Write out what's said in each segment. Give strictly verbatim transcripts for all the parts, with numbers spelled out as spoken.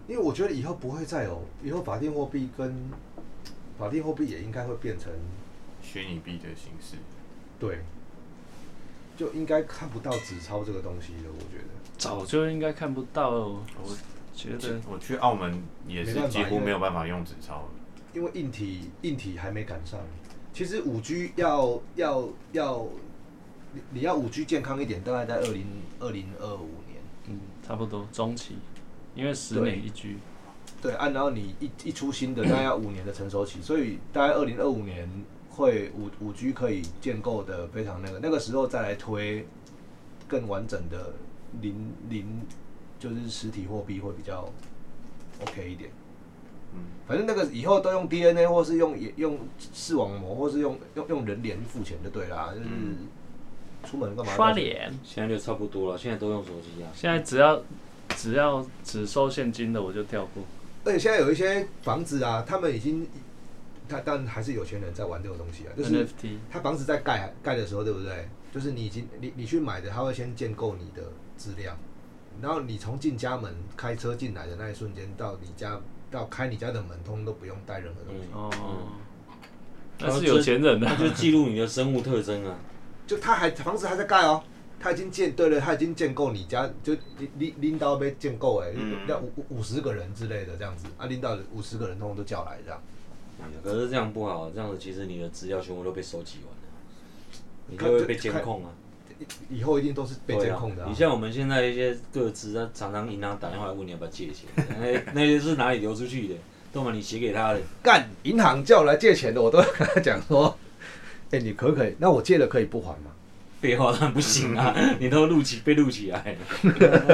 因为我觉得以后不会再有，以后法定货币跟法定货币也应该会变成虚拟币的形式。 对，就应该看不到纸钞这个东西了。我觉得早就应该看不到了。我觉得我去澳门也是几乎没有办法用纸钞了， 因为硬体硬体还没赶上。其实五 G 要要要，你要五 G 健康一点，大概在二零二零二五年， 嗯，差不多中期，因为十年一 G。 对，按、啊、然后你一一出新的，大概要五年的成熟期，所以大概二零二五年会五五 G 可以建构的非常那个，那个时候再来推更完整的零零，就是实体货币会比较 OK 一点。嗯，反正那个以后都用 D N A 或是用用视网膜，或是用用用人脸付钱就对啦，就是出门干嘛？ 刷脸。 现在就差不多了，现在都用手机啊。 现在只要只要只收现金的我就跳过。 而且现在有一些房子啊，他们已经，他但还是有钱人在玩这个东西啊，就是 N F T， 他房子在盖盖的时候，对不对？就是你已经你你去买的，他会先建构你的资料，然后你从进家门开车进来的那一瞬间，到你家到开你家的门，通通都不用带任何东西。 嗯、哦，那是有钱人的、 啊，他就记录你的生物特征啊。 就他还房子还在盖哦。他已经建对了，他已经建构你家，就领领导被建构哎，要五五十个人之类的这样子，啊，领导五十个人通通都叫来这样。 可是这样不好，这样子其实你的资料全部都被收集完了，你就会被监控啊。 以后一定都是被监控的、啊啊。 你像我们现在一些个资，他常常银行打电话来问你要不要借钱，那那些是哪里流出去的，都嘛你写给他的。 干，银行叫我来借钱的，我都跟他讲说，哎、欸，你可不可以？那我借了可以不还吗？ 废话当然不行啊！你都录起被录起来了。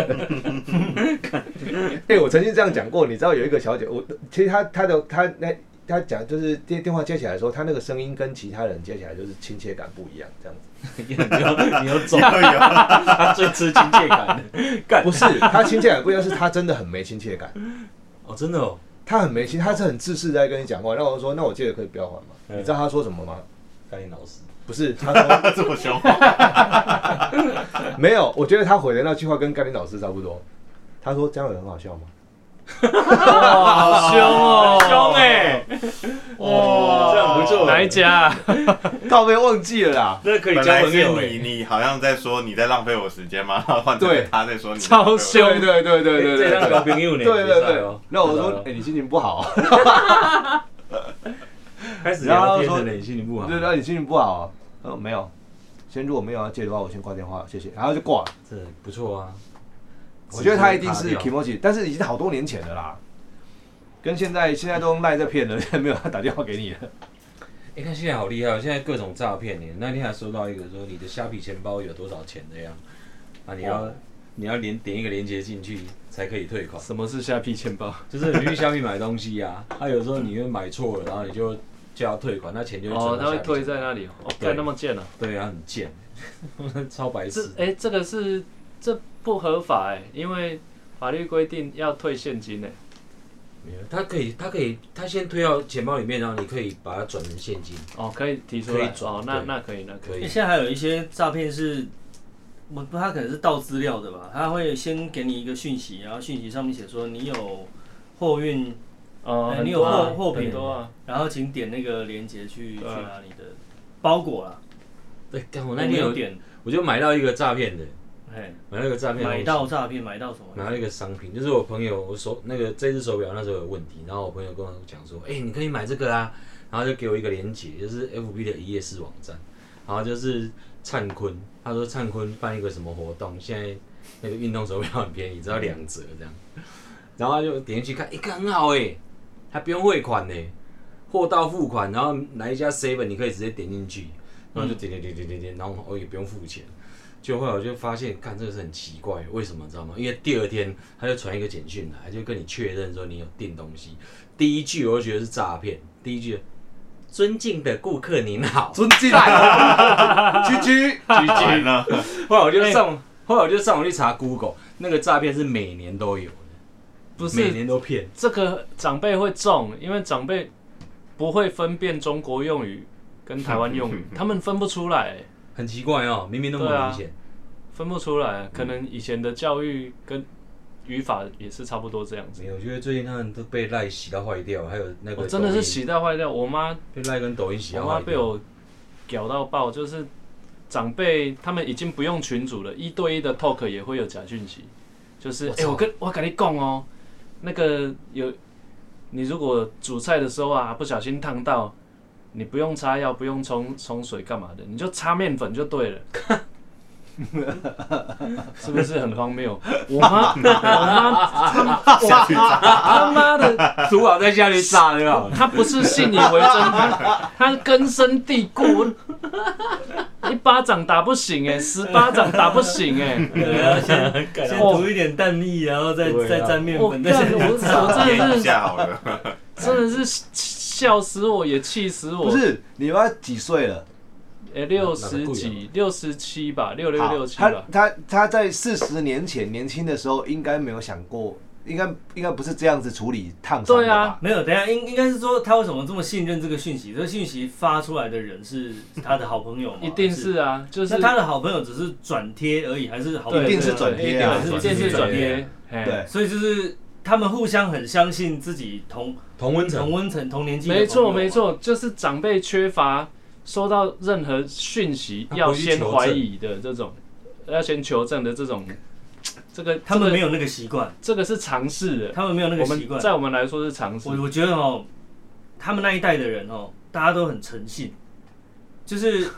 哎、欸，我曾经这样讲过，你知道有一个小姐，我其实她她的她那她讲就是电电话接起来的时候，她那个声音跟其他人接起来就是亲切感不一样，这样子。 你有你有走，他最吃亲切感的。 不是，她亲切感不一样，是她真的很没亲切感。 哦，真的哦。 她很没亲，她是很自私在跟你讲话。那我说，那我借了可以不要还吗？嗯、你知道她说什么吗？ 甘霖老师。 不是，他说这么凶， 没有，我觉得他回的那句话跟甘霖老师差不多。他说这样有很好笑吗？ 哇，好凶哦， 凶哎！ 哇， 这样不错。 哪一家？ 靠背忘记了啦。 那可以交朋友你你好像在说你在浪费我时间吗？换成他在说你超凶， 对对对对对对， 这样交朋友呢？ 对对对。那我说，哎，你心情不好。 开始聊天了，你心情不好。 对对，你心情不好。呃，没有。先如果没有要借的话，我先挂电话，谢谢。然后就挂了。 这不错啊。 我觉得他一定是 Kimochi， 但是已经好多年前了啦。跟现在现在都用赖在骗了，现在没有他打电话给你了。 哎、欸，看现在好厉害哦！现在各种诈骗呢。那天还收到一个说你的虾皮钱包有多少钱这样，啊，你要、哦、你要连点一个连结进去才可以退款。 什么是虾皮钱包？ 就是你去虾皮买东西啊，他、啊、有时候你会买错了，然后你就叫他退款，那钱就会哦，他会退在那里。哦，干那么贱啊？ 对啊，很贱，超白痴。 哎、欸，这个是这不合法哎、欸，因为法律规定要退现金哎、欸。 他可以，他可以，他先推到钱包里面，然后你可以把它转成现金。 哦，可以提出来。哦，那那可以，那可以。 现在还有一些诈骗是，我不，他可能是盗资料的吧？他会先给你一个讯息，然后讯息上面写说你有货运， 哦、 欸，你有货货品多啊， 然后请点那个链接去去拿你的包裹啦。 对，我那天有点，我就买到一个诈骗的。买那个诈骗， 买到诈骗，买到什么？ 买到一个商品，就是我朋友，我手那个这只手表那时候有问题，然后我朋友跟我讲说，哎、欸，你可以买这个啊，然后就给我一个链接，就是 F B 的一页式网站，然后就是灿坤，他说灿坤办一个什么活动，现在那个运动手表很便宜，只要两折这样，然后他就点进去看，一、欸、看很好哎、欸，还不用汇款呢、欸，货到付款，然后来一家 seven 你可以直接点进去，然后就点点点点点点，然后我也不用付钱。就后来我就发现，看这个是很奇怪，为什么你知道吗？因为第二天他就传一个简讯来，就跟你确认说你有订东西。第一句我就觉得是诈骗，第一句“尊敬的顾客您好”， 尊敬，居居居居呢。后来我就上，欸、后来我就上网去查 Google， 那个诈骗是每年都有的， 不是每年都骗。 这个长辈会中，因为长辈不会分辨中国用语跟台湾用语，他们分不出来、欸。 很奇怪哦，明明那么明显、啊， 分不出来。可能以前的教育跟语法也是差不多这样子。 没有，我觉得最近他们都被赖洗到坏掉，还有那个我真的是洗到坏掉，我妈被赖跟抖音洗到我坏掉。 妈被我屌到爆，就是长辈他们已经不用群组了，一对一的 talk 也会有假讯息，就是哎、欸，我跟我跟你讲哦，那个有你如果煮菜的时候啊，不小心烫到，你不用擦药，不用冲冲水干嘛的，你就擦面粉就对了。是不是很荒谬？我妈，我妈，他他妈的， 煮好在下去炸对吧？ 他不是信以为真，他他根深蒂固，一巴掌打不醒哎，十巴掌打不醒哎。 对啊，先先涂一点蛋液，然后再再沾面粉，再先我我真的是好了， 真的是笑死我，也气死我。 不是，你妈几岁了？ 哎、欸，六十几，六十七吧，六六六七吧。 他他他在四十年前年轻的时候，应该没有想过，应该应该不是这样子处理烫伤的吧？对啊， 没有，等一下应应该是说他为什么这么信任这个讯息？这个讯息发出来的人是他的好朋友吗？ 一定是啊，就是那他的好朋友只是转贴而已，还是好朋友？ 一定是转贴啊， 一定是转贴。 对， 所以就是他们互相很相信自己同同温层、 同温层、同年纪的朋友。 友。 没错没错，就是长辈缺乏。收到任何讯息要先怀疑的这种，要先求证的这种，这个他们没有那个习惯， 这个是常识的， 他们没有那个习惯， 在我们来说是常识。 我我觉得哦，他们那一代的人哦，大家都很诚信，就是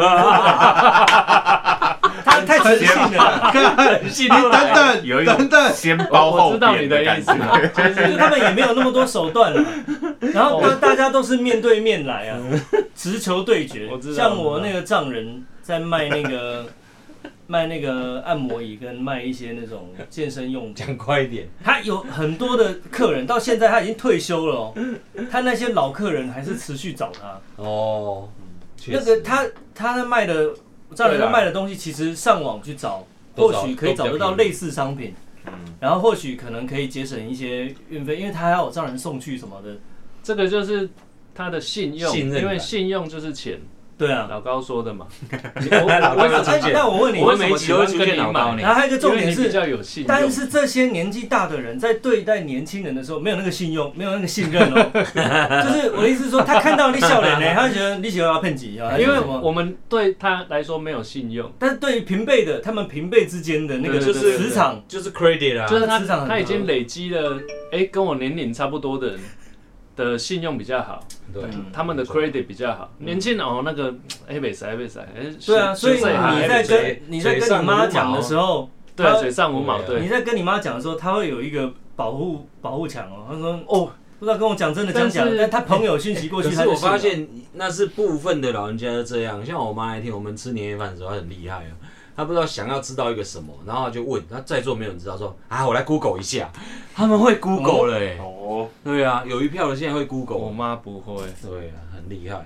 他太诚信了， 很信等等有一等等， 先包后编的意思， 就是他们也没有那么多手段了，然后大家都是面对面来啊，直球对决。像我那个丈人在卖那个卖那个按摩椅跟卖一些那种健身用品， 讲快一点。 他有很多的客人，到现在他已经退休了哦，他那些老客人还是持续找他哦。 那个他他在卖的。丈人在卖的东西，其实上网去找，或许可以找得到类似商品，然后或许可能可以节省一些运费，因为他要有丈人送去什么的。 这个就是他的信用，因为信用就是钱。 对啊， 老高说的嘛。 我为什么？那我问你， 我每集都会出现老高， 然后还有一个重点是， 比较有信用。 但是这些年纪大的人在对待年轻人的时候，没有那个信用，没有那个信任哦。就是我的意思是说，他看到你笑脸呢，他就觉得你喜欢要骗几啊？ 因为我们对他来说没有信用， 但是对于平辈的，他们平辈之间的那个就是磁场， 就是 credit 啊， 就是他他已经累积了，哎，跟我年龄差不多的人。的信用比较好，对，他们的 credit 比较好。年轻人哦，那个哎，没使没使， 对啊，所以你在跟你在跟你妈讲的时候， 对，水上无毛，对， 你在跟你妈讲的时候，她会有一个保护保护墙哦。她说哦，不知道跟我讲真的讲假的，但她朋友讯息过去， 可是我发现那是部分的老人家是这样，像我妈那天我们吃年夜饭的时候，她很厉害啊。他不知道想要知道一个什么，然后他就问，他在座没有人知道，说啊，我来 Google 一下，他们会 Google 了哎、欸，哦，对啊，有一票人现在会 Google， 我妈不会， 对啊，很厉害。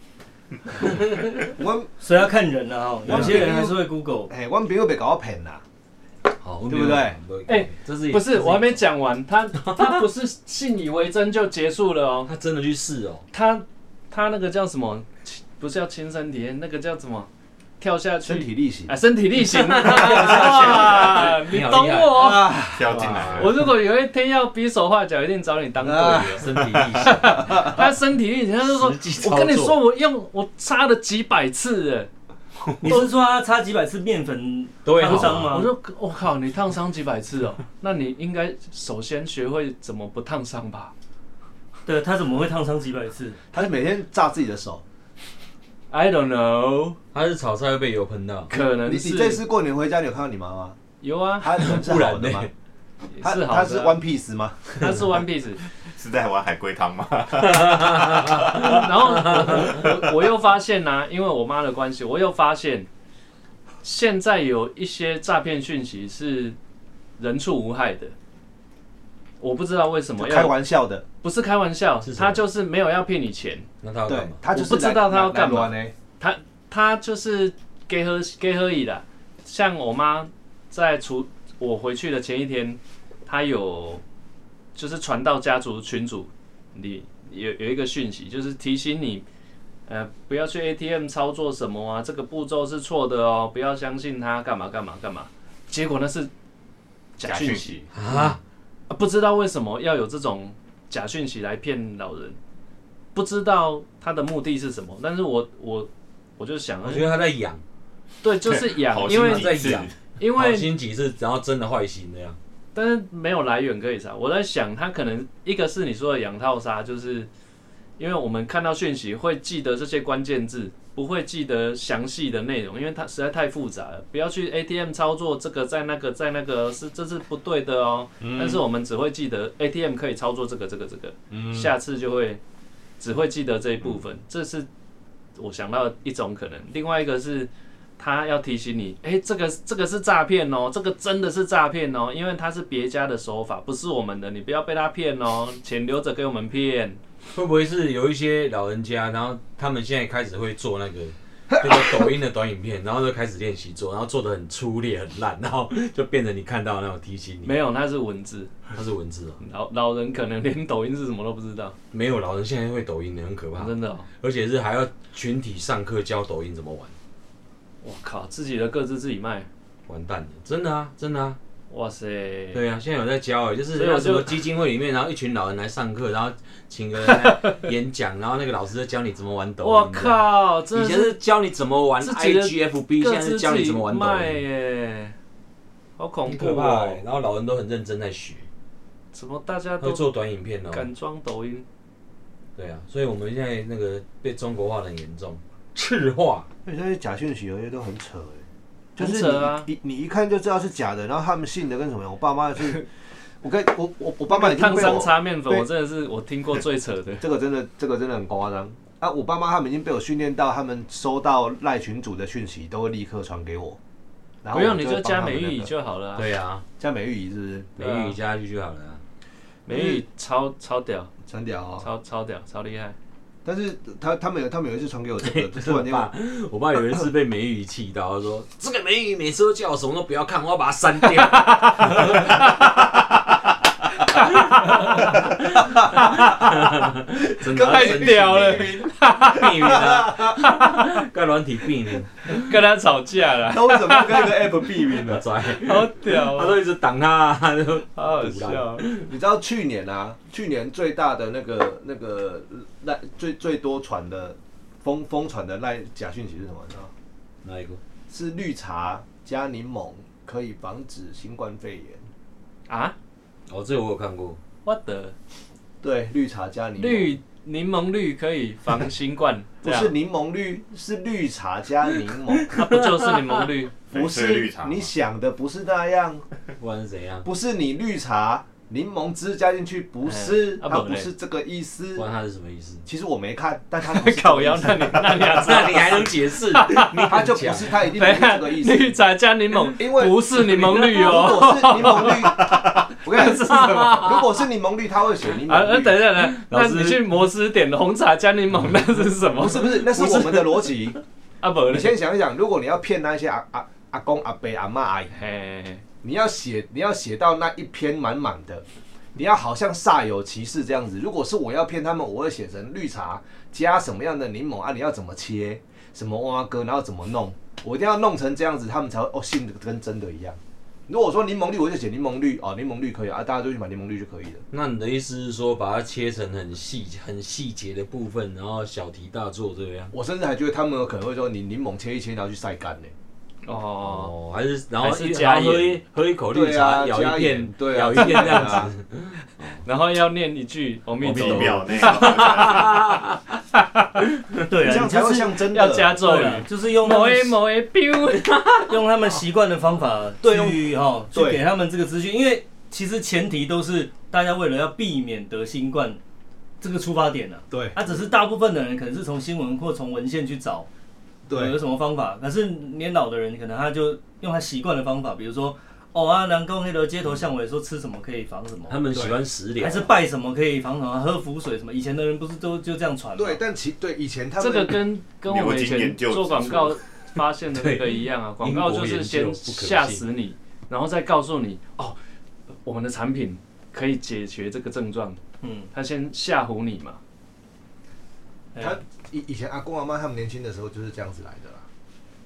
我所以要看人啊，有些人还是会 Google， 哎，我朋友被搞我骗啦， 好， 对不对？ 哎，这是不是我还没讲完，他他不是信以为真就结束了哦， 他真的去试哦， 他他那个叫什么？不是叫亲身体验，那个叫什么？跳下去， 身体力行啊，身体力行，哇，你懂我， 跳进来了。 我如果有一天要比手画脚，一定找你当队友。 身体力行， 他身体力行，他就说，我跟你说，我用我擦了几百次，哎， 你是说他擦几百次面粉烫伤吗？ 我说，我靠，你烫伤几百次哦，那你应该首先学会怎么不烫伤吧？ 对，他怎么会烫伤几百次？ 他是每天炸自己的手。 I don't know， 他是炒菜会被油喷到， 可能是。 你你这次过年回家，你有看到你妈吗？ 有啊， 她人是好的吗？她是好的。 她是 One Piece 吗？ 她是 One Piece， 是在玩海龟汤吗？ 然后我我我又发现呢、啊，因为我妈的关系，我又发现现在有一些诈骗讯息是人畜无害的。我不知道为什么要开玩笑的， 不是开玩笑，他就是没有要骗你钱。 那他要干嘛？ 他就是我不知道他要干嘛呢？ 他他就是给喝给喝以的。像我妈在除我回去的前一天，她有就是传到家族群组里有有一个讯息，就是提醒你，呃，不要去 A T M 操作什么啊，这个步骤是错的哦，不要相信他，干嘛干嘛干嘛。结果那是。 假讯息啊， 啊，不知道为什么要有这种假讯息来骗老人，不知道他的目的是什么，但是我我我就想， 我觉得他在养， 对，就是养，因为他在养， 因为好心几次，然后真的坏心那样。 但是没有来源可以查。我在想，他可能一个是你说的养套杀，就是因为我们看到讯息会记得这些关键字，不会记得详细的内容，因为它实在太复杂了。不要去 A T M 操作这个在那个在那个是这是不对的哦。嗯、但是我们只会记得 A T M 可以操作这个这个这个，嗯、下次就会只会记得这一部分。这是我想到的一种可能。另外一个是。他要提醒你，哎、欸，这个这个是诈骗哦，这个真的是诈骗哦，因为它是别家的手法，不是我们的，你不要被他骗哦，钱留着给我们骗。 会不会是有一些老人家，然后他们现在开始会做那个那个抖音的短影片，然后就开始练习做，然后做的很粗劣很烂，然后就变成你看到那种提醒你。 没有，那是文字， 它是文字哦。 老老人可能连抖音是什么都不知道。 没有，老人现在会抖音的，很可怕， 真的、哦， 而且是还要群体上课教抖音怎么玩。 我靠，自己的个资自己卖， 完蛋了，真的啊，真的啊， 哇塞！ 对啊，现在有在教哎，就是有什么基金会里面，然后一群老人来上课，然后请个人来演讲，然后那个老师就教你怎么玩抖音。 我靠，以前是教你怎么玩 I G F B， 现在是教你怎么玩抖音耶，好恐怖、哦， 可怕欸。然后老人都很认真在学， 怎么大家都会做短影片哦， 敢装抖音？ 对啊，所以我们现在那个被中国化的很严重。赤化， 那些假讯息有些都很扯哎、欸，就是你、 啊、 你你一看就知道是假的，然后他们信的跟什么样？我爸妈是，我跟我我我爸妈已经烫伤擦面粉，我真的是我听过最扯的。 这个真的这个真的很夸张啊！我爸妈他们已经被我训练到，他们收到赖群组的讯息都会立刻传给我。然后不用你就加美玉仪就好了、啊。 对啊， 加美玉仪是不是？ 美玉仪加下去就好了、啊。 美玉仪超超屌， 超屌哦， 超超屌，超厉害。但是他他们有他们有一次传给我这个，突然间我爸我爸有一次被美玉仪气到，他说这个美玉仪每次都叫我什么都不要看，我要把它删掉。真的太屌了， 避免啊，跟软体避免， 跟他吵架了。 他为什么要跟一个 app 避免呢？ 好屌、喔， 他都一直挡他，他就好好笑。 你知道去年啊，去年最大的那个那个赖最最多传的疯疯传的赖假讯息是什么？你知道？ 哪一个？ 是绿茶加柠檬可以防止新冠肺炎啊？ 哦，这个我有看过。 我的， 对，绿茶加柠檬， 绿柠檬绿可以防新冠， 不是柠檬绿，是绿茶加柠檬， 它不就是柠檬绿？ 不是，你想的不是那样， 不然是怎样？ 不是你绿茶。柠檬汁加进去不是， 欸、 它不是这个意思。 不然它是什么意思？ 其实我没看，但它烤腰，那你那你那你还能解释？ 它就不是，它一定不是这个意思。 绿茶加柠檬， 因为不是柠檬绿哦。 如果是柠檬绿，我跟你讲，如果是柠檬绿，它会写柠檬绿。 啊，等一下，等一下，那你去摩斯点红茶加柠檬，那是什么？ 不是不是，那是我们的逻辑。 啊不， 你先想一想，如果你要骗那些阿阿阿公阿伯阿嬷阿姨，你要写你要写到那一篇满满的。你要好像煞有其事这样子。如果是我要骗他们，我会写成绿茶加什么样的柠檬啊？你要怎么切？什么蛙哥，然后怎么弄？我一定要弄成这样子，他们才会哦信的跟真的一样。如果说柠檬绿，我就写柠檬绿哦，柠檬绿可以啊，大家就去买柠檬绿就可以了。 那你的意思是说，把它切成很细、很细节的部分，然后小题大做这样？ 我甚至还觉得他们有可能会说，你柠檬切一切，然后去晒干呢。 哦，还是然后还是加喝一喝一口绿茶， 啊、 咬一片， 对、 啊，咬一片这样子，啊、 然后要念一句“阿弥陀佛”， 对啊， 这样才会像真的。 要加咒语， 就是用某 A 某 A biu， 用他们习惯的方法去哈，去给他们这个资讯，因为其实前提都是大家为了要避免得新冠这个出发点啊。 对， 啊，只是大部分的人可能是从新闻或从文献去找。对，有什么方法？可是年老的人可能他就用他习惯的方法，比如说，哦啊，南宫黑的街头巷尾说吃什么可以防什么， 他们喜欢食疗， 还是拜什么可以防什么，喝符水什么。以前的人不是都就这样传吗？ 对，但其对以前他们这个跟跟我们以前做广告发现的那个一样啊，广告就是先吓死你，然后再告诉你哦，我们的产品可以解决这个症状，嗯，他先吓唬你嘛。 他以以前阿公阿妈他们年轻的时候就是这样子来的啦。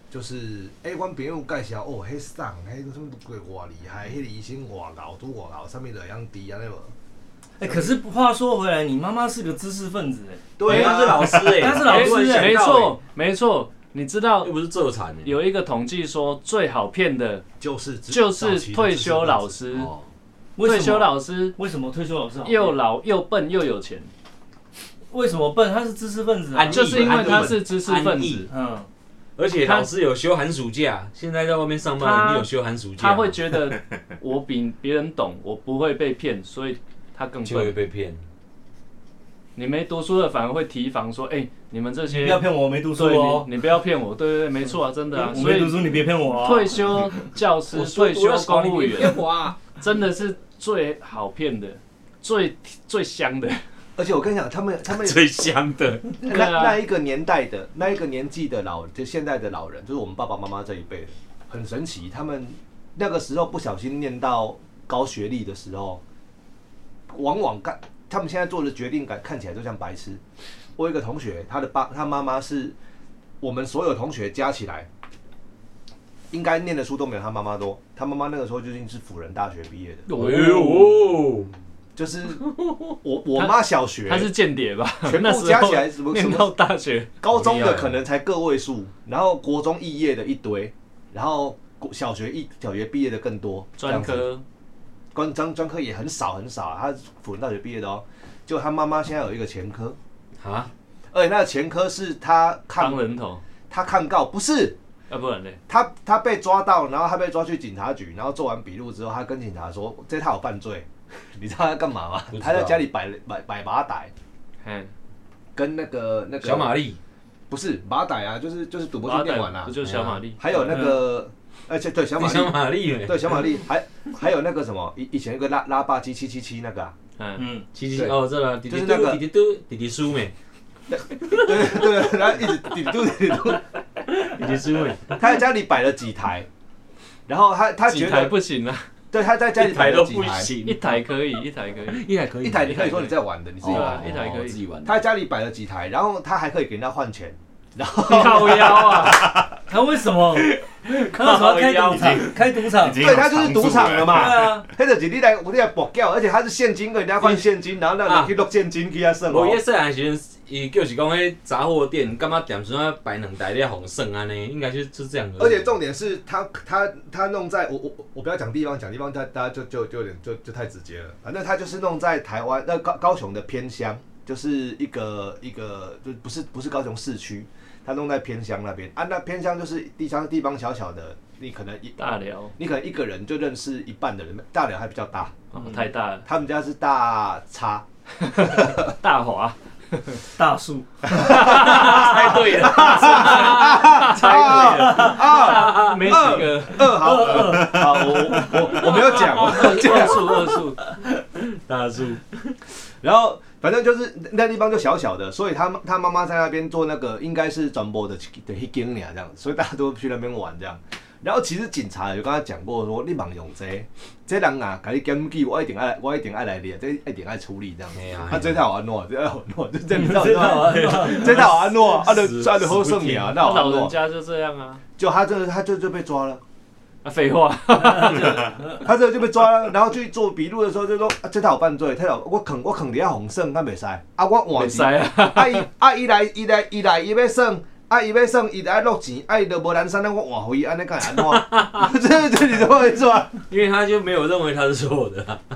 就是哎，阮朋友介绍哦，迄送，迄个什么过偌厉害，迄个医生偌老，拄偌老，啥物就会晓治安尼无？ 哎、欸，可是话说回来，你妈妈是个知识分子哎， 对啊， 她是老师哎， 她是老师哎， 没错没错。你知道又不是助产， 有一个统计说最好骗的就是就是退休老师。 哦、 退休老师为什么退休老师好又老又笨又有钱？ 为什么笨？他是知识分子啊， 就是因为他是知识分子。 嗯。 而且老师有休寒暑假，现在在外面上班，你有休寒暑假， 他会觉得我比别人懂，我不会被骗，所以他更笨， 就会被骗。 你没读书的反而会提防说，哎、欸，你们这些你不要骗我，我没读书哦， 你, 你不要骗我，对对对，没错啊，真的啊， 我没读书，你别骗我啊。 退休教师、退休公务员， 啊、 真的是最好骗的，最最香的。 而且我跟你讲，他们他们最香的那那一个年代的那一个年纪的老，就现在的老人，就是我们爸爸妈妈这一辈的，很神奇。他们那个时候不小心念到高学历的时候，往往看他们现在做的决定感看起来就像白痴。我有一个同学，他的爸他妈妈是我们所有同学加起来，应该念的书都没有他妈妈多。他妈妈那个时候究竟是辅仁大学毕业的。 哎呦！ 就是我我妈小学， 她是间谍吧？ 全部加起来什么念到大学， 高中的可能才个位数，然后国中肄业的一堆，然后小学一小学毕业的更多， 专科， 专专专科也很少很少、啊，他是辅仁大学毕业的哦。就他妈妈现在有一个前科啊， 而且那个前科是他抗当人头， 他抗告不是。 啊，不然嘞， 他他被抓到，然后他被抓去警察局，然后做完笔录之后，他跟警察说，这他有犯罪。你知道他干嘛吗？他在家里摆摆摆马仔，跟那个那个小玛丽， 不是马仔啊，就是就是赌博去电玩啊， 不就是小玛丽？ 还有那个，而且对小玛丽， 小玛丽， 对小玛丽，还还有那个什么，以以前有个拉拉霸机七七七那个， 嗯，七七七哦，这个就是那个弟弟嘟弟弟输没？ 对对对，然后一直弟弟嘟弟弟嘟， 弟弟输没？ 他在家里摆了几台，然后他他觉得不行啊。 对，他在家里摆了几台， 一台可以，一台可以， 一台可以， 一台你可以说你在玩的，你自己玩， 一台可以自己玩。 他在家里摆了几台，然后他还可以给人家换钱，然后靠腰啊！ 他为什么？他为什么要开赌场？开赌场？ 对，他就是赌场了嘛。 对啊， 他就是你来我你来博缴，而且他是现金跟人家换现金，然后让人去落现金去遐算。 无伊细汉时阵，伊就是讲迄杂货店，干嘛点时阵摆两台咧红算安尼，应该就是这样。 而且重点是他他他弄在我我我不要讲地方，讲地方他大家就就就有点就就太直接了。反正他就是弄在台湾那高高雄的偏乡，就是一个一个就不是不是高雄市区。他弄在偏乡那边啊，那偏乡就是地方地方小小的，你可能一大寮， 你可能一个人就认识一半的人，大寮还比较大， 哦、太大了。 他们家是大叉， 大华， 大树， 猜对了，猜对了啊，没几个， 二好好，我我我没有讲，我二数二数， 大树， 然后。反正就是那地方就小小的，所以他他妈妈在那边做那个应该是转播的的迄间俩这样，所以大家都去那边玩这样。然后其实警察有跟他讲过说，你茫用这，这人啊，给你检举，我一定爱我一定爱来列，这一定爱处理这样。啊，这套安怎？这套安怎？这这这套安怎？这套安怎？啊，就啊就好算命啊，那老人家就这样啊。 就他这他就就被抓了。 啊，废话， 他这就被抓了，然后去做笔录的时候就说，啊，这他有犯罪，他有我坑我坑底下红绳，他袂使，啊我换钱， 啊伊啊伊来伊来伊来伊要算，啊伊要算伊来落钱，啊伊就无人算，我换回安尼干安怎？这这你怎么会抓？ 因为他就没有认为他是错的、啊，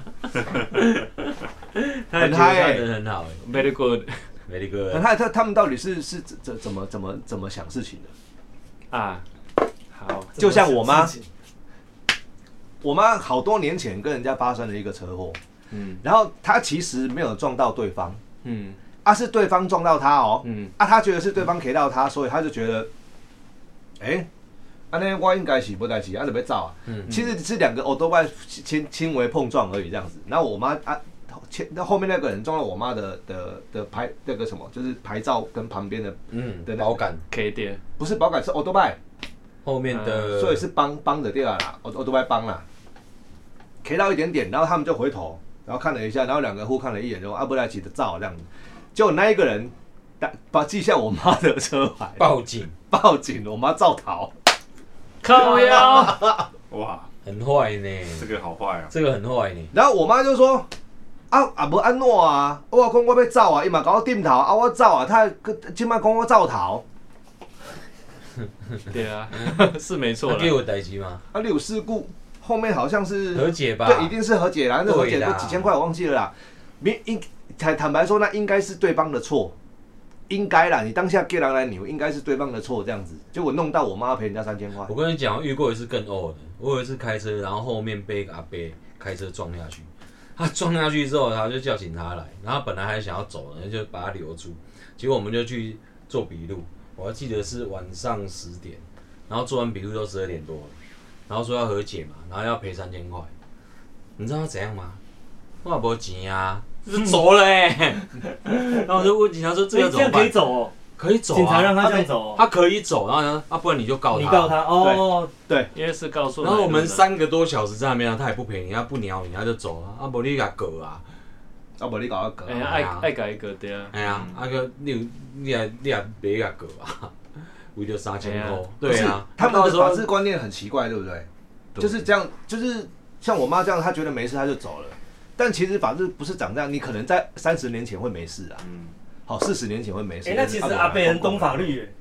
他很嗨、欸，人很好、欸、 ，very good，very good。 他他他们到底是是怎怎么怎么怎么想事情的？ 啊，好， 就像我妈。我妈好多年前跟人家发生了一个车祸，嗯，然后她其实没有撞到对方，嗯，啊是对方撞到她哦，嗯，啊她觉得是对方 K 到她，所以她就觉得，哎、欸，安尼我应该是不代志，啊就要走啊，嗯，其实是两个欧多拜轻轻微碰撞而已这样子，然后我妈啊前那后面那个人撞到我妈的的的牌那个什么，就是牌照跟旁边的嗯的保杆 K 掉， 不是保杆是欧多拜。 后面的， 所以是帮帮着掉啦，欧欧多拜帮啦。K 到一点点，然后他们就回头，然后看了一下，然后两个互看了一眼，就啊不来起的照这样子。结果那一个人打把记下我妈的车牌， 报警， 报警，我妈照逃。 靠腰， 哇， 很坏呢， 这个好坏啊！ 这个很坏呢。 然后我妈就说。啊啊，无安怎啊？我讲我要走啊，伊嘛甲我点头啊，我走啊，他即摆讲我走头。 对啊，是没错啦。 给我代志吗？ 啊，你有事故，后面好像是和解吧？ 对，一定是和解啦。那和解都几千块，我忘记了啦。明应坦坦白说，那应该是对方的错，应该啦。你当下叫人来扭，应该是对方的错，这样子，结果弄到我妈赔人家三千块。 我跟你讲，遇过一次更呕的。我有一次开车，然后后面被一个阿伯开车撞下去。他撞下去之后，他就叫警察来，然后本来还想要走呢，就把他留住。结果我们就去做笔录，我还记得是晚上十点，然后做完笔录都十二点多了，然后说要和解嘛，然后要赔三千块。你知道他怎样吗？我也没钱啊，就走了哎、欸。然后我就问警察说：“这个怎么办？” 这样可以走哦。 可以走啊， 警察让他这样走、哦， 他可以走，然后呢，啊，不然你就告他， 你告他哦， 对， 因为是告诉。 然后我们三个多小时在那边，他也不赔你，他不鸟你，他就走了，啊，无你甲告啊， 啊，无你搞我搞， 哎呀，爱爱改一个对啊， 哎呀，啊个你有你也你也别甲告啊，为了三千块，对啊， 他们的法治观念很奇怪，对不对？就是这样，就是像我妈这样，她觉得没事，她就走了。但其实法治不是长这样，你可能在三十年前会没事啊。嗯。好，四十年前会没事。 哎、欸，那其实阿伯很懂法律耶。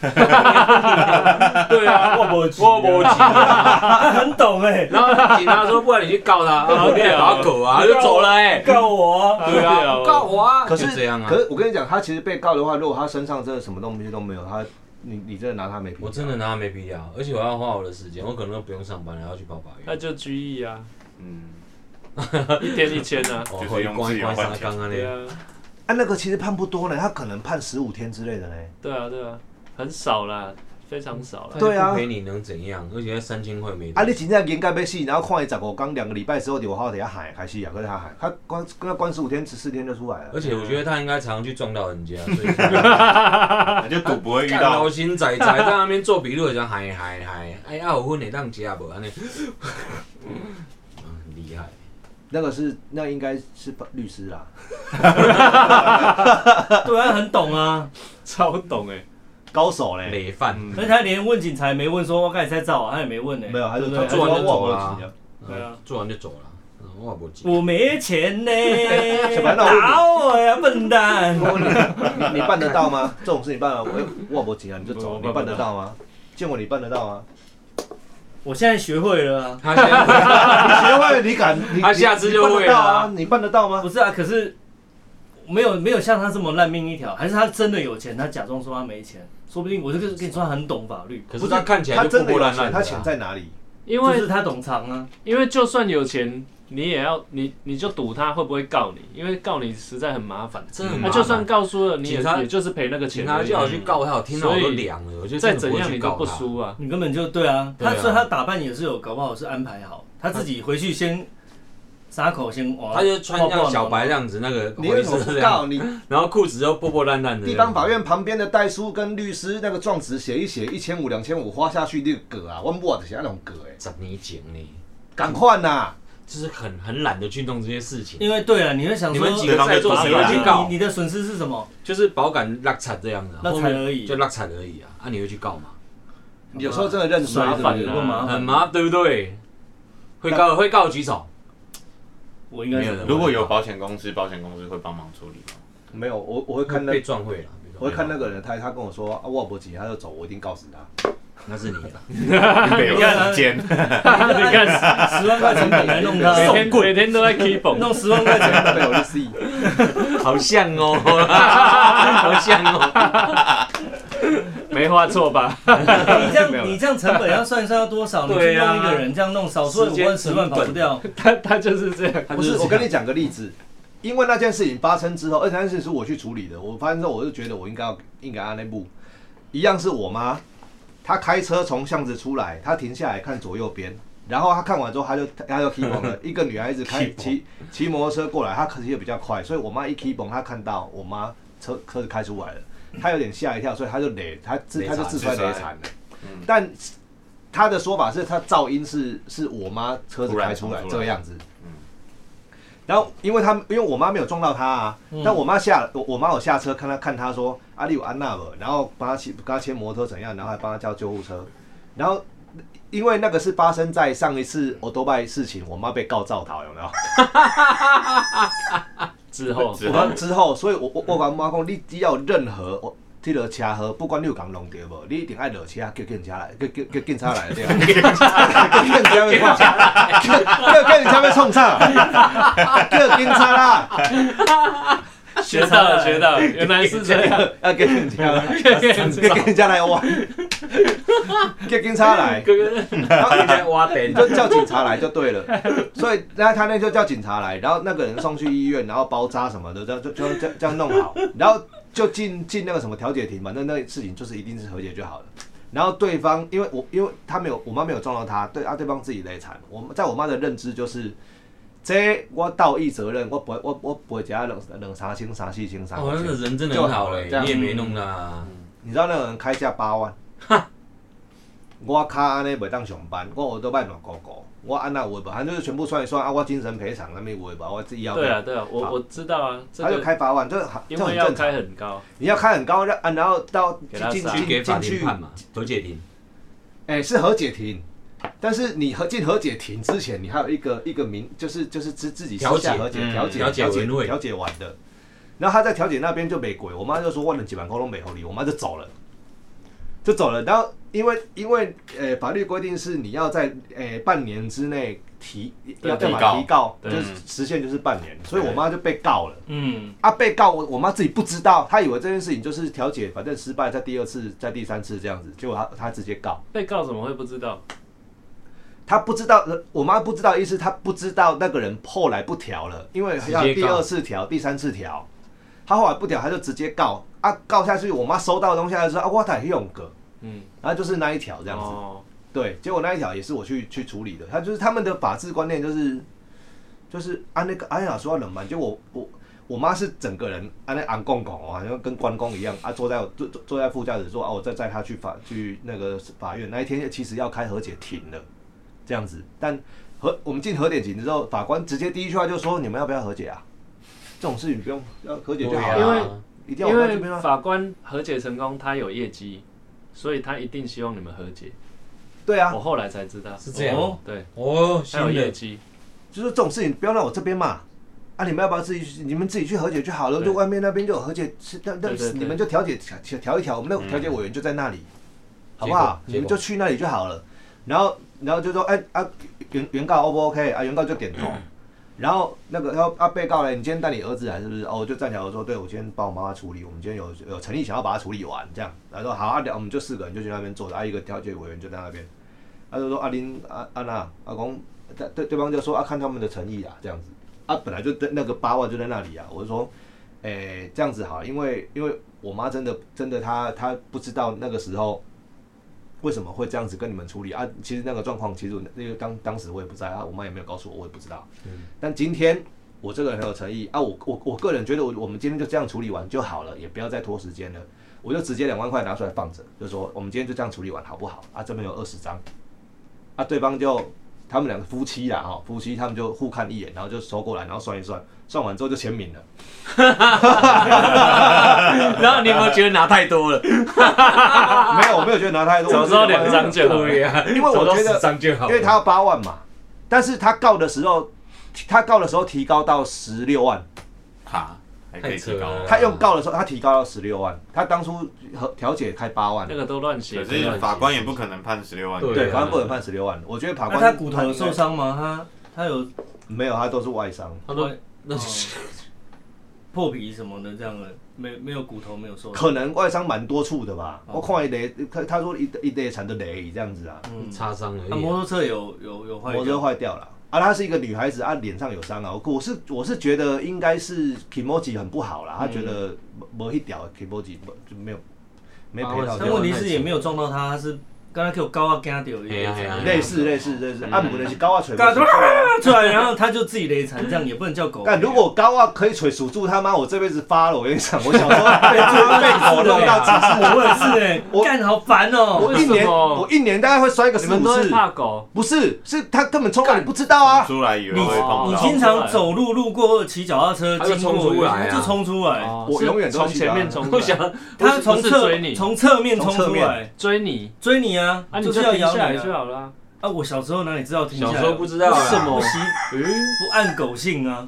对啊，我无我无钱， 他很懂哎。 然后警察说，不然你去告他，然后你也搞狗啊，就走了哎。 告我啊？ 对啊，告我啊。 可是这样啊。 可是我跟你讲，他其实被告的话，如果他身上真的什么东西都没有，他你你真的拿他没必要。 我真的拿他没必要，而且我要花我的时间，我可能都不用上班，还要去跑法院。 那就拘役啊。 嗯。 一天一千啊。 哦，可以关一关三缸啊对啊。 啊，那个其实判不多呢，他可能判十五天之类的呢。 对啊，对啊，很少啦，非常少啦。 对啊， 不赔你能怎样？而且三千块没。 啊，你真正严格要死，然后看伊十五天两个礼拜之后，就好底下喊开始啊，可是他喊，他关跟他关十五天、十四天就出来了。 而且我觉得他应该常常去撞到人家，所以就赌不会遇到。 老心仔仔在那边做笔录，就嗨嗨嗨，哎啊有分会当吃无安尼，厉害。 那个是，那应该是律师啦。 对啊，很懂啊， 超懂哎、欸， 高手嘞， 累犯。 而且他连问警察也没问，说我刚才在照啊，他也没问呢、欸。 没有，他就他做完就走了、 啊。 对啊， 做完就走了。我没钱。 我没钱呢、欸，打我呀，笨蛋！ 你你办得到吗？这种事你办了，我我没钱啊，你就走，你办得到吗？见我你办得到吗？ 我现在学会了啊！ 他现在你学会了，你敢？你他下次就会了啊！你办得到吗？ 不是啊，可是没有没有像他这么烂命一条，还是他真的有钱，他假装说他没钱，说不定我就跟你说他很懂法律。 可是他看起来就破破烂烂， 他钱在哪里？ 因为就是他懂藏啊。 因为就算有钱，你也要你你就赌他会不会告你，因为告你实在很麻烦。 真的很麻烦。他就算告输了，你也他也就是赔那个钱。 他叫我去告他，我听到我都凉了。我觉得再怎样你都不输啊。 你根本就对啊，他所以他打扮也是有，搞不好是安排好，他自己回去先撒口先哇。 他就穿像小白这样子，那个你为什么不告你？ 然后裤子又破破烂烂的。 地方法院旁边的代书跟律师那个状纸写一写，一千五两千五花下去那个葛啊，我mua就是那种葛哎。 十年前呢， 赶快呐！ 就是很很懒得去弄这些事情。 因为对了，你会想说， 你们几个在做谁会去告？ 你的损失是什么？ 就是保感落惨这样的， 落惨而已， 就落惨而已啊！啊，你会去告吗？ 有时候真的认衰， 麻烦啊， 很麻烦，对不对？会告会告举手。 我应该是如果有保险公司，保险公司会帮忙处理吗？ 没有，我我会看那被撞会了， 我会看那个人，他他跟我说啊，我不急，他就走，我一定告死他。 那是你的， 没有时间。 你看十万块钱本来弄他， 每天每天都在 keep 弄十万块钱， 被我的 C， 好像哦，好像哦， 没画错吧？ 你这样你这样成本要算一算要多少？你去弄一个人这样弄，少说五万十万跑不掉。 他他就是这样。 不是，我跟你讲个例子，因为那件事情发生之后，而且那件事情是我去处理的，我发生之后我就觉得我应该要应该按那步，一样是我妈。他开车从巷子出来，他停下来看左右边，然后他看完之后，他就他就 keep on 了。一个女孩子开骑骑摩托车过来，她骑得比较快，所以我妈一 keep on， 她看到我妈车车子开出来了，她有点吓一跳，所以她就累，她自她就自摔累惨了。但她的说法是，她噪音是是我妈车子开出来这个样子。然后，因为他因为我妈没有撞到他啊，嗯、但我妈下我我妈有下车看他看他说啊，你有安娜不？然后帮他骑帮他牵摩托车怎样，然后还帮他叫救护车。然后因为那个是发生在上一次欧多拜事情，我妈被告造逃，有没有？ 之后， 之后，之后，所以我我我跟我妈讲，你只要有任何我这个车祸，不管你有讲弄掉无，你一定爱落车叫警察来，叫叫叫警察来对啊。叫警察要创啥？叫叫警察要创啥？叫警察啦！ 学到了，学到了，原来是这样。 要叫警察，叫警察来挖，叫警察来， 然后在挖点， 就叫警察来就对了。所以那他那就叫警察来，然后那个人送去医院，然后包扎什么的，这样就就这样这样弄好，然后就进进那个什么调解庭嘛，那那事情就是一定是和解就好了。然后对方因为我因为他没有我妈没有撞到他，对啊对方自己累惨。我在我妈的认知就是。这我道义责任，我不会，我我不会加两两三千、三四千、三哦，那个人真的就很好嘞， 了， 你也没弄啦。 你知道那个人开价八万，我卡安尼袂当上班，我都卖软糊糊，我安那有无？反正就是全部算一算啊，我精神赔偿那边有无？我自己要。 对啊对啊，我我知道啊， 他就开八万，这很因为要开很高， 你要开很高，啊，然后到进进给法进去庭判嘛，和解庭。 哎，是和解庭。但是你和进和解庭之前，你还有一个一个名，就是就是自自己私下和解调解调解调解完的，然后他在调解那边就没鬼，我妈就说我能几万块都没合理，我妈就走了，就走了。然后因为因为呃法律规定是你要在呃半年之内提要干嘛提告，就是时限就是半年，所以我妈就被告了。嗯，啊被告我我妈自己不知道，她以为这件事情就是调解，反正失败，在第二次在第三次这样子，结果她她直接告。 被告怎么会不知道？ 他不知道，我妈不知道，意思他不知道那个人后来不调了，因为要第二次调、第三次调，他后来不调，他就直接告啊，告下去。我妈收到的东西，她就说啊，我才用个，嗯，然后就是那一条这样子，哦、对，结果那一条也是我去去处理的。他就是他们的法治观念就是就是按那个安雅说要冷慢，就我我我妈是整个人按那昂公公哦，好像跟关公一样啊，坐在坐坐在副驾驶座啊，我再载他去法去那个法院。那一天其实要开和解庭了。这样子，但和我们进和解庭之后，法官直接第一句话就说：“你们要不要和解啊？这种事情不用要和解就好了。” 因为一定要我这边法官和解成功，他有业绩，所以他一定希望你们和解。 对啊， 我后来才知道是这样。 哦、对， 哦， 他有业绩， 就是这种事情不要让我这边嘛。啊，你们要不要自己？你们自己去和解就好了。就外面那边就有和解，那那你们就调解调调一调，我们那调解委员就在那里，嗯、好不好？你们就去那里就好了。然后。然后就说，哎、欸、啊，原原告 O 不 OK 啊？原告就点头。然后那个要啊，被告嘞，你今天带你儿子来是不是？哦，我就站起来说，对，我今天帮我妈妈处理，我们今天有有诚意想要把它处理完，这样。然后说好啊，我们就四个人就去那边坐着，啊，一个调解委员就在那边。他、啊、就说阿林阿安娜阿公，对对方就说啊，看他们的诚意啊，这样子。啊，本来就那个八万就在那里啊，我就说，哎、欸，这样子好，因为因为我妈真的真的她她不知道那个时候。为什么会这样子跟你们处理啊？其实那个状况，其实因为当当时我也不在啊，我妈也没有告诉我，我也不知道。嗯、但今天我这个人很有诚意啊，我我我个人觉得我我们今天就这样处理完就好了，也不要再拖时间了。我就直接两万块拿出来放着，就说我们今天就这样处理完好不好？啊，这边有二十张，啊，对方就他们两个夫妻啦哈，夫妻他们就互看一眼，然后就收过来，然后算一算，算完之后就签名了。 然后你有没有觉得拿太多了？ 没有，我没有觉得拿太多。 早知道两张就好呀， 因为我觉得，因为他要八万嘛，但是他告的时候，他告的时候提高到十六万， 哈，还可以提高。 他用告的时候，他提高到十六万，他当初和调解开八万， 那个都乱写。 可是法官也不可能判十六万。 对，法官不能判十六万。我觉得法官他骨头有受伤吗？他他有没有？他都是外伤。 他都那。破皮什么的，这样的没没有骨头没有受伤， 可能外伤蛮多处的吧。哦、我看一雷，他他说一一雷产的雷这样子啊， 嗯，擦伤而已、 啊。摩托车有有有坏掉， 摩托车坏掉了啊。她是一个女孩子啊，脸上有伤啊。我是我是觉得应该是 Kimoji 很不好啦，她觉得没一条 Kimoji 就没有没赔到。 但问题是也没有撞到她，她是。刚才给我高啊惊到一类似类似类似，按摩的是高啊捶出来，然后他就自己雷残，这样也不能叫狗。 但如果高啊可以捶属住他妈，我这辈子发了。我跟你讲，我小时候被被狗弄到几次， 我也是哎，我干好烦哦。 我一年我一年大概会摔个十五次。 怕狗？ 不是，是他根本冲到你不知道啊。 出来以为会碰你经常走路路过骑脚踏车经过，就冲出来。 我永远从前面冲， 他从侧从侧面冲出来追你， 追你啊。 啊， 啊，你就是要咬停下来你啊。 就好了。 啊，我小时候哪里知道停下来？ 小时候不知道啊什么不习嗯， 不按狗性啊。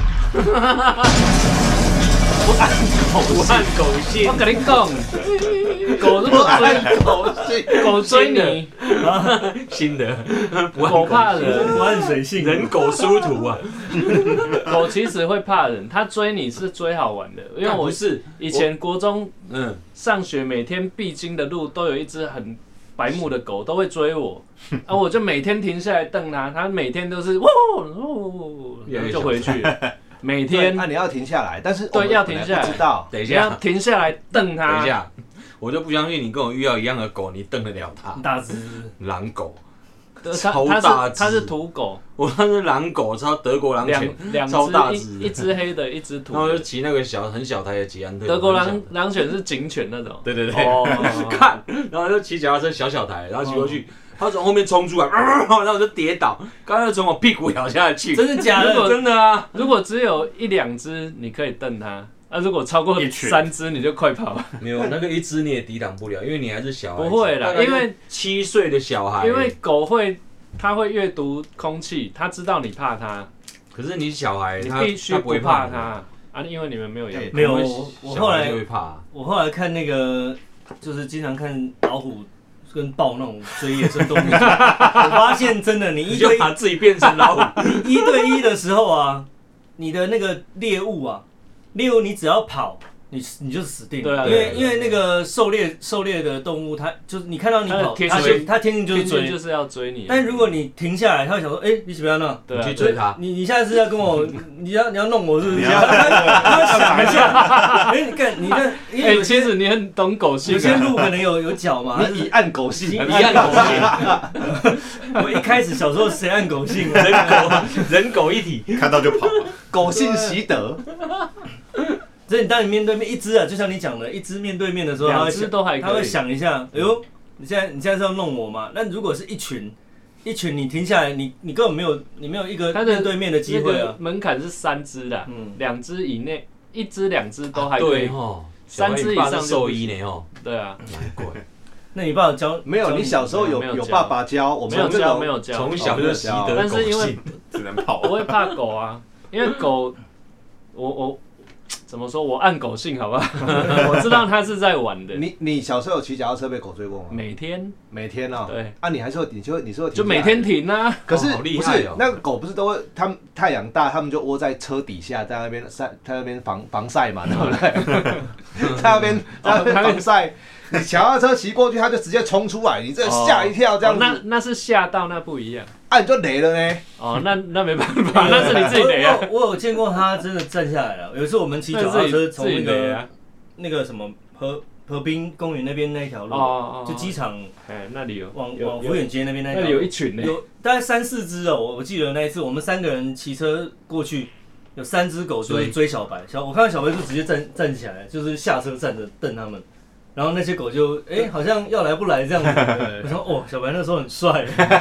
不按狗性我，跟你讲，狗如果追狗性， 狗追你， 新的不按狗怕性人， 不按水性， 人狗殊途啊！ 狗其实会怕人，它追你是追好玩的，因为我但不是以前国中嗯， 上学每天必经的路都有一只很白目的狗都会追我，啊，我就每天停下来瞪它，它每天都是喔喔，然后就回去了，每天那你要停下来，但是对要停下来不知道， 等一你要下， 停下来瞪它。 等一下，我就不相信你跟我遇到一样的狗，你瞪得了它。 大只。 狼狗， 它超它大只是它是土狗， 我那是狼狗，超德国狼两犬， 两超大只只一一只黑的，一只土然后就的。 骑那个小很小台的捷安特。 德国狼很小狼犬是警犬那种。 对对对， 哦， 看，然后就骑脚踏车小小台，然后骑过去，他从后面冲出来，然后我就跌倒，刚刚从我屁股咬下去， 真的假如果的？ 真的啊！ 如果只有一两只，你可以瞪它；啊，如果超过一群三只，你就快跑。 没有那个一只你也抵挡不了，因为你还是小孩子。 不会啦大概因为七岁的小孩， 因为狗会，它会阅读空气，它知道你怕它， 可是你小孩你他必须不他不会你怕它啊，因为你们没有养对过。 没有， 我们我我小孩后来就会怕。 我后来看那个，就是经常看老虎跟豹那种追野生动物，我发现真的，你你就一对把自己变成老虎， 你一对一的时候啊，你的那个猎物啊，猎物你只要跑，你你就死定了。 对啊因为对啊因为那个狩猎狩猎的动物，它就是你看到你跑， 它的天它性就它天性就是追。 天性就是要追你啊。 但如果你停下来，它会想说，哎，你怎么样呢？ 对啊你去追他。 你你下次要跟我，你要你要弄我是不是？ 你要他会想一下，哎，你看你看，因为哎， 有些其实你很懂狗性有些啊。 鹿可能有有角嘛， 你以按狗性， 一一样狗性， 我一开始小时候谁按狗性啊？ 人狗人狗一体。 看到就跑。 狗性习得， 所以你当你面对面一只啊，就像你讲的，一只面对面的时候，它两只会想， 都还可以。 它会想一下，哎呦，你现在你现在是要弄我吗？那如果是一群一群，你停下来，你你根本没有你没有一个它的面对面的机会那个啊。 门槛是三只的， 嗯， 两只以内，一只两只都还可以。 对哦， 三只以上就不兽医呢哦， 对啊， 难怪那你爸有教没有， 教你小时候有没有教有爸爸教，我没有教们这种没有教， 从小就习得但是因为狗性。 只能跑我。会怕狗啊，因为狗，我我怎么说？我按狗性好不好？我知道它是在玩的， 你你小时候有骑脚踏车被狗追过吗？ 每天每天啊， 对， 啊，你还是会，你就会你是会停下来就每天停啊。 可是哦好厉不害哦是那个狗不是都会，它们太阳大，它们就窝在车底下，在那边晒，在那边防防晒嘛，对不对？在那边在那边防晒，你脚踏车骑过去，它就直接冲出来，你这吓一跳这样哦那子， 那是吓到，那不一样。 啊，你就雷了呢。 哦，那那没办法，那是你自己雷啊。 我我有见过他真的站下来了。有一次我们骑脚踏那是车从那自己雷个啊。 那个什么河河滨公园那边那一条路， 哦哦， 就机场哎，那里有往有有往福远街那边那那条路， 里有一群呢。 有大概三四只哦。我我记得那一次我们三个人骑车过去，有三只狗就是追小白，小我看到小白就直接站站起来，就是下车站着瞪他们。然后那些狗就哎、欸，好像要来不来这样子。我说哦，小白那时候很帅。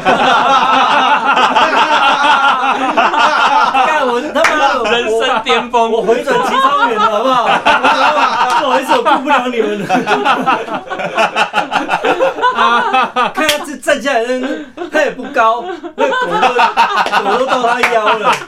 看我他妈的人生巅峰， 我回转骑超远了，好不好？不好意思，我顾不了你们了。看他这站起来，那他也不高，那狗都狗都到他腰了。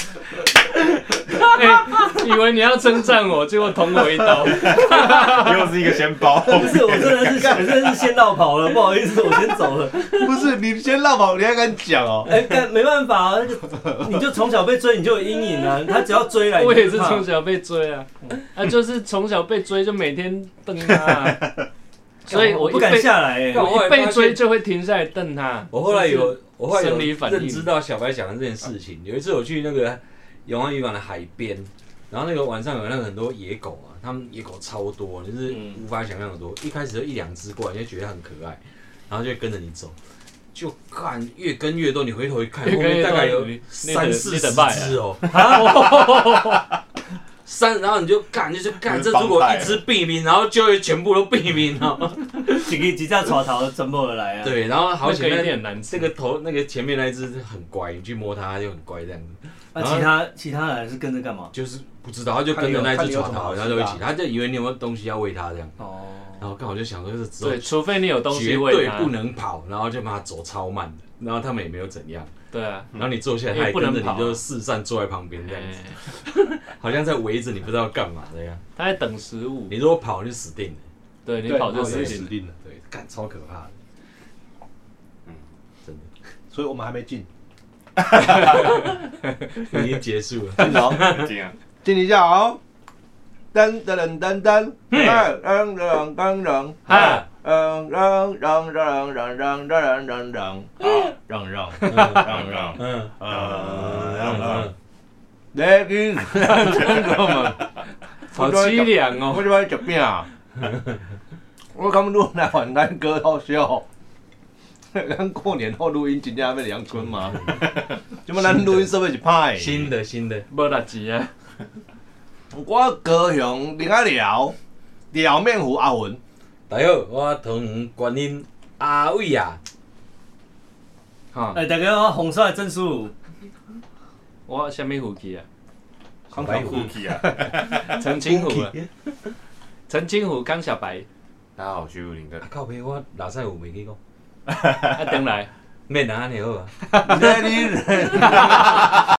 哎，以为你要称赞我，结果捅我一刀。 又是一个先包。 不是，我真的是我真的是先绕跑了，不好意思，我先走了。 不是你先绕跑，你还敢讲哦？ 哎、干没办法啊，那个你就从小被追，你就有阴影啊。他只要追来， 我也是你就怕从小被追啊，啊，就是从小被追，就每天瞪他啊。所以我不敢我一被下来哎、 干我一被追就会停下来瞪他。 我后来有，我后来有生理反应认知到小白讲的这件事情。有一次我去那个永安渔港的海边，然后那个晚上有那个很多野狗啊，他们野狗超多，就是无法想象的多。一开始就一两只过来，你就觉得很可爱，然后就会跟着你走，就看越跟越多。你回头一看，后面大概有三四十只哦。三，然后你就干，你就干。这如果一只毙命，然后就会全部都毙命哦。 几个几架船头全部而来啊。 对，然后好险那个那一定很难吃这个头那个前面那一只很乖，你去摸它它就很乖这样子。 那、啊、其他其他人是跟着干嘛？ 就是不知道，他就跟着那一只船头， 看你有然后就一起， 看你有什么好吃的啊他就以为你有没有东西要喂它这样。 哦。 然后刚好就想说是之后对，除非你有东西绝喂它， 对不能跑，然后就把它走超慢的，然后他们也没有怎样。 对啊， 然后你坐下来， 因他也跟着为不能跑啊你就四散坐在旁边这样子， 哎好像在围着你，不知道干嘛的呀。 它在等食物， 你如果跑就死定了， 对你对跑就死跑就定了。 死定了。 对，干超可怕的。 嗯真的， 所以我们还没进， 已经结束了。 进哦， 这样， 进一下哦。噔噔噔噔，噔噔噔噔噔， 哈， 嗯让让让让让让让让让，让让让让， 嗯呃让让嗯， 来去，真的嘛？ 好凄凉哦。 我就爱食饼，我感觉录来换咱歌好笑。咱过年后录音真正要阳春吗？怎么咱录音设备是歹？ 新的新的， 无力钱啊！ 我高雄另外聊聊面糊阿文， 大家好，我同观音阿伟啊， 哈， 哎，大家好，红烧的郑叔， 我虾米虎去啊？ 康小虎， Cookie 啊， 澄清湖啊，澄清湖江小白， 大家好，我是武林哥啊。靠背我哪赛有袂记讲， 啊，等来。 免人安尼好啊。 那你。